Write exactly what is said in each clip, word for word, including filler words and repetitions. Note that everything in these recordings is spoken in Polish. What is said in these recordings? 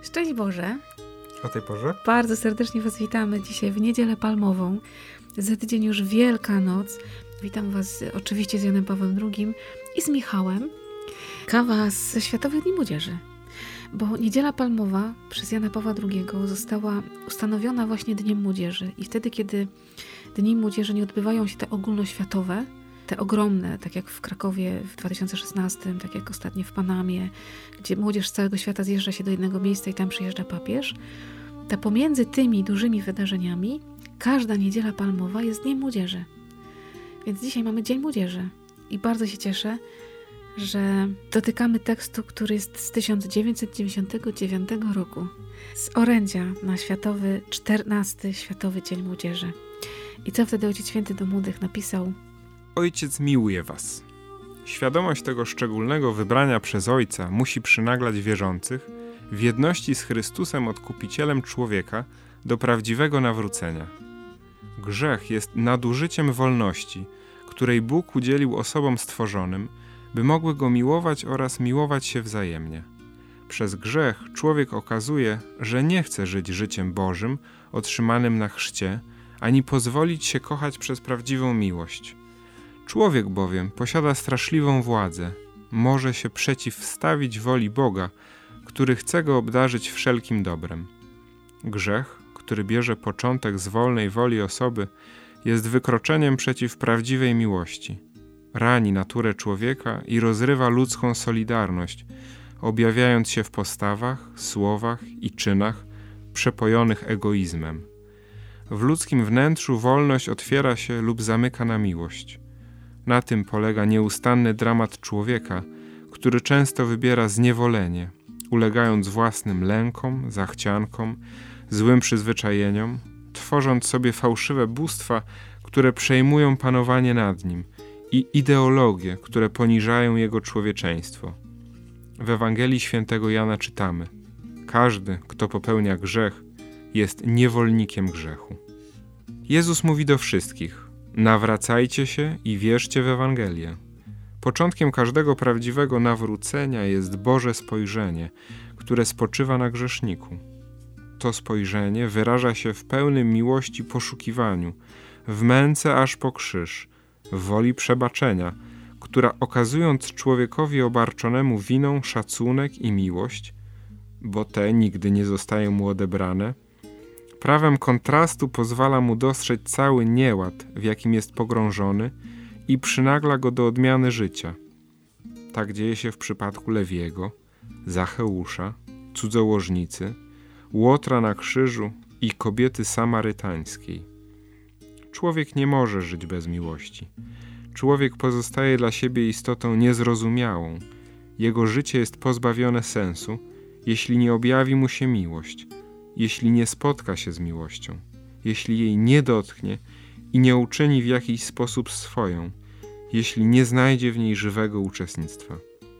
Szczęść Boże. O tej porze? Bardzo serdecznie Was witamy dzisiaj w Niedzielę Palmową. Za tydzień już Wielkanoc. Witam Was oczywiście z Janem Pawłem drugim i z Michałem. Kawa ze Światowych Dni Młodzieży. Bo Niedziela Palmowa przez Jana Pawła drugiego została ustanowiona właśnie Dniem Młodzieży. I wtedy, kiedy Dni Młodzieży nie odbywają się te ogólnoświatowe, te ogromne, tak jak w Krakowie w dwa tysiące szesnastym, tak jak ostatnio w Panamie, gdzie młodzież z całego świata zjeżdża się do jednego miejsca i tam przyjeżdża papież, to pomiędzy tymi dużymi wydarzeniami każda Niedziela Palmowa jest Dniem Młodzieży. Więc dzisiaj mamy Dzień Młodzieży i bardzo się cieszę, że dotykamy tekstu, który jest z tysiąc dziewięćset dziewięćdziesiątego dziewiątego roku, z orędzia na Światowy, czternasty Światowy Dzień Młodzieży. I co wtedy Ojciec Święty do młodych napisał? Ojciec miłuje was. Świadomość tego szczególnego wybrania przez Ojca musi przynaglać wierzących w jedności z Chrystusem Odkupicielem człowieka do prawdziwego nawrócenia. Grzech jest nadużyciem wolności, której Bóg udzielił osobom stworzonym, by mogły Go miłować oraz miłować się wzajemnie. Przez grzech człowiek okazuje, że nie chce żyć życiem Bożym, otrzymanym na chrzcie, ani pozwolić się kochać przez prawdziwą miłość. Człowiek bowiem posiada straszliwą władzę, może się przeciwstawić woli Boga, który chce go obdarzyć wszelkim dobrem. Grzech, który bierze początek z wolnej woli osoby, jest wykroczeniem przeciw prawdziwej miłości. Rani naturę człowieka i rozrywa ludzką solidarność, objawiając się w postawach, słowach i czynach przepojonych egoizmem. W ludzkim wnętrzu wolność otwiera się lub zamyka na miłość. Na tym polega nieustanny dramat człowieka, który często wybiera zniewolenie, ulegając własnym lękom, zachciankom, złym przyzwyczajeniom, tworząc sobie fałszywe bóstwa, które przejmują panowanie nad nim, i ideologie, które poniżają jego człowieczeństwo. W Ewangelii Świętego Jana czytamy: każdy, kto popełnia grzech, jest niewolnikiem grzechu. Jezus mówi do wszystkich: nawracajcie się i wierzcie w Ewangelię. Początkiem każdego prawdziwego nawrócenia jest Boże spojrzenie, które spoczywa na grzeszniku. To spojrzenie wyraża się w pełnym miłości poszukiwaniu, w męce aż po krzyż, w woli przebaczenia, która okazując człowiekowi obarczonemu winą szacunek i miłość, bo te nigdy nie zostają mu odebrane, prawem kontrastu pozwala mu dostrzec cały nieład, w jakim jest pogrążony, i przynagla go do odmiany życia. Tak dzieje się w przypadku Lewiego, Zacheusza, cudzołożnicy, Łotra na krzyżu i kobiety samarytańskiej. Człowiek nie może żyć bez miłości. Człowiek pozostaje dla siebie istotą niezrozumiałą. Jego życie jest pozbawione sensu, jeśli nie objawi mu się miłość, jeśli nie spotka się z miłością, jeśli jej nie dotknie i nie uczyni w jakiś sposób swoją, jeśli nie znajdzie w niej żywego uczestnictwa.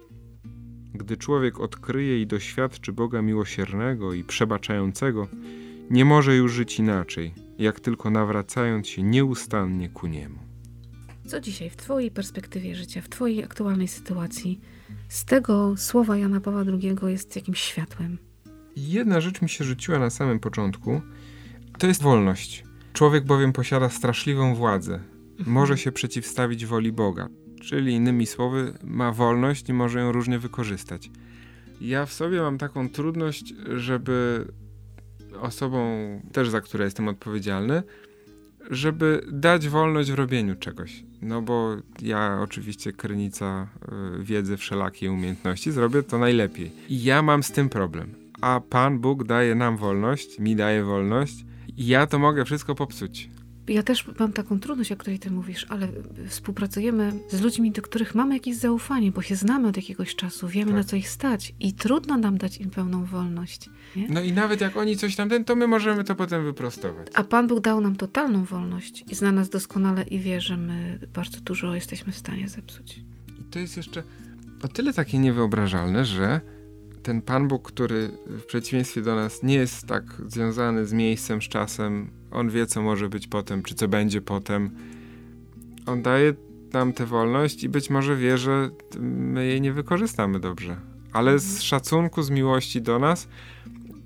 Gdy człowiek odkryje i doświadczy Boga miłosiernego i przebaczającego, nie może już żyć inaczej, jak tylko nawracając się nieustannie ku Niemu. Co dzisiaj w Twojej perspektywie życia, w Twojej aktualnej sytuacji z tego słowa Jana Pawła drugiego jest jakimś światłem? Jedna rzecz mi się rzuciła na samym początku, to jest wolność. Człowiek bowiem posiada straszliwą władzę. Może się przeciwstawić woli Boga, czyli innymi słowy ma wolność i może ją różnie wykorzystać. Ja w sobie mam taką trudność, żeby osobą też, za które jestem odpowiedzialny, żeby dać wolność w robieniu czegoś. No bo ja oczywiście krynica y, wiedzy wszelakiej umiejętności, zrobię to najlepiej. I ja mam z tym problem. A Pan Bóg daje nam wolność, mi daje wolność i ja to mogę wszystko popsuć. Ja też mam taką trudność, o której ty mówisz, ale współpracujemy z ludźmi, do których mamy jakieś zaufanie, bo się znamy od jakiegoś czasu, wiemy tak. na co ich stać i trudno nam dać im pełną wolność. Nie? No i nawet jak oni coś tam ten, to my możemy to potem wyprostować. A Pan Bóg dał nam totalną wolność i zna nas doskonale i wie, że my bardzo dużo jesteśmy w stanie zepsuć. I to jest jeszcze o tyle takie niewyobrażalne, że ten Pan Bóg, który w przeciwieństwie do nas nie jest tak związany z miejscem, z czasem, on wie, co może być potem, czy co będzie potem. On daje nam tę wolność i być może wie, że my jej nie wykorzystamy dobrze. Ale z szacunku, z miłości do nas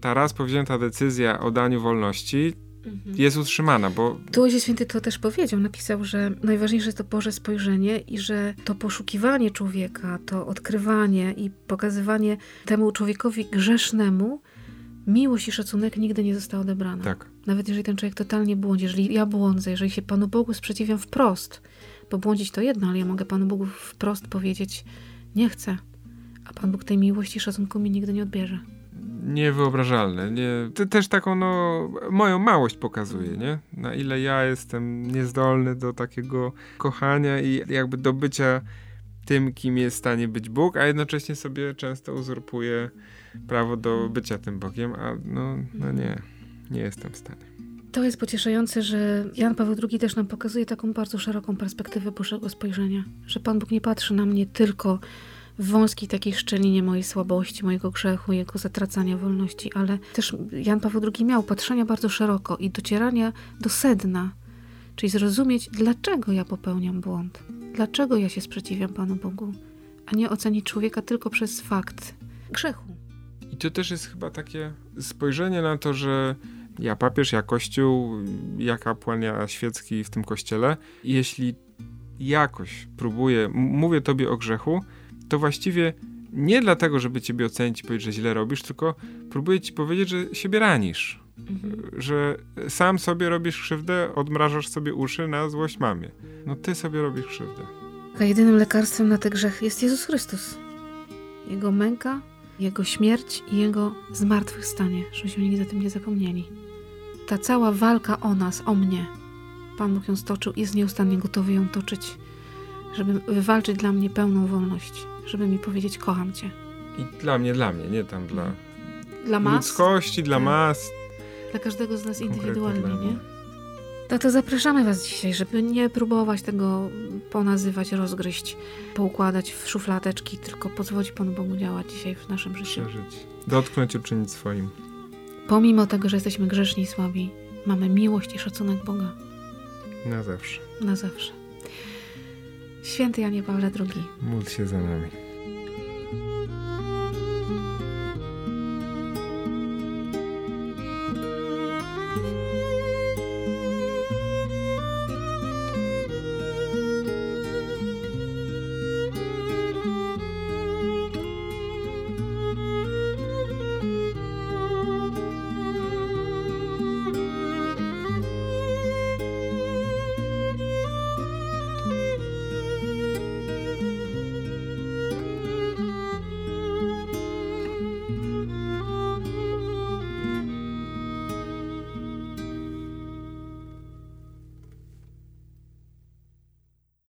ta raz powzięta decyzja o daniu wolności Mhm. jest utrzymana, bo... Tu Ojciec Święty to też powiedział, napisał, że najważniejsze jest to Boże spojrzenie i że to poszukiwanie człowieka, to odkrywanie i pokazywanie temu człowiekowi grzesznemu miłość i szacunek nigdy nie została odebrana. Tak. Nawet jeżeli ten człowiek totalnie błądzi, jeżeli ja błądzę, jeżeli się Panu Bogu sprzeciwiam wprost, bo błądzić to jedno, ale ja mogę Panu Bogu wprost powiedzieć, nie chcę, a Pan Bóg tej miłości i szacunku mi nigdy nie odbierze. Niewyobrażalne. Nie, to też taką, no, moją małość pokazuje, nie? Na ile ja jestem niezdolny do takiego kochania i jakby do bycia tym, kim jest w stanie być Bóg, a jednocześnie sobie często uzurpuję prawo do bycia tym Bogiem, a no, no nie, nie jestem w stanie. To jest pocieszające, że Jan Paweł drugi też nam pokazuje taką bardzo szeroką perspektywę Bożego spojrzenia, że Pan Bóg nie patrzy na mnie tylko w wąskiej takiej szczelinie mojej słabości, mojego grzechu, jego zatracania wolności, ale też Jan Paweł drugi miał patrzenia bardzo szeroko i docierania do sedna, czyli zrozumieć, dlaczego ja popełniam błąd, dlaczego ja się sprzeciwiam Panu Bogu, a nie ocenić człowieka tylko przez fakt grzechu. I to też jest chyba takie spojrzenie na to, że ja papież, ja kościół, ja kapłan, ja świecki w tym kościele, jeśli jakoś próbuję, m- mówię tobie o grzechu, to właściwie nie dlatego, żeby ciebie ocenić i powiedzieć, że źle robisz, tylko próbuję ci powiedzieć, że siebie ranisz. Mhm. Że sam sobie robisz krzywdę, odmrażasz sobie uszy na złość mamie. No ty sobie robisz krzywdę. A jedynym lekarstwem na ten grzech jest Jezus Chrystus. Jego męka, Jego śmierć i Jego zmartwychwstanie, żebyśmy nigdy o tym nie zapomnieli. Ta cała walka o nas, o mnie, Pan Bóg ją stoczył i jest nieustannie gotowy ją toczyć, żeby wywalczyć dla mnie pełną wolność, żeby mi powiedzieć, kocham Cię. I dla mnie, dla mnie, nie tam dla, dla mas, ludzkości, dla tak. mas. Dla każdego z nas indywidualnie, nie? No to zapraszamy Was dzisiaj, żeby nie próbować tego ponazywać, rozgryźć, poukładać w szufladeczki, tylko pozwolić Panu Bogu działać dzisiaj w naszym życiu. Przeżyć. Dotknąć, uczynić swoim. Pomimo tego, że jesteśmy grzeszni i słabi, mamy miłość i szacunek Boga. Na zawsze. Na zawsze. Święty Janie Pawle drugi. Módl się za nami.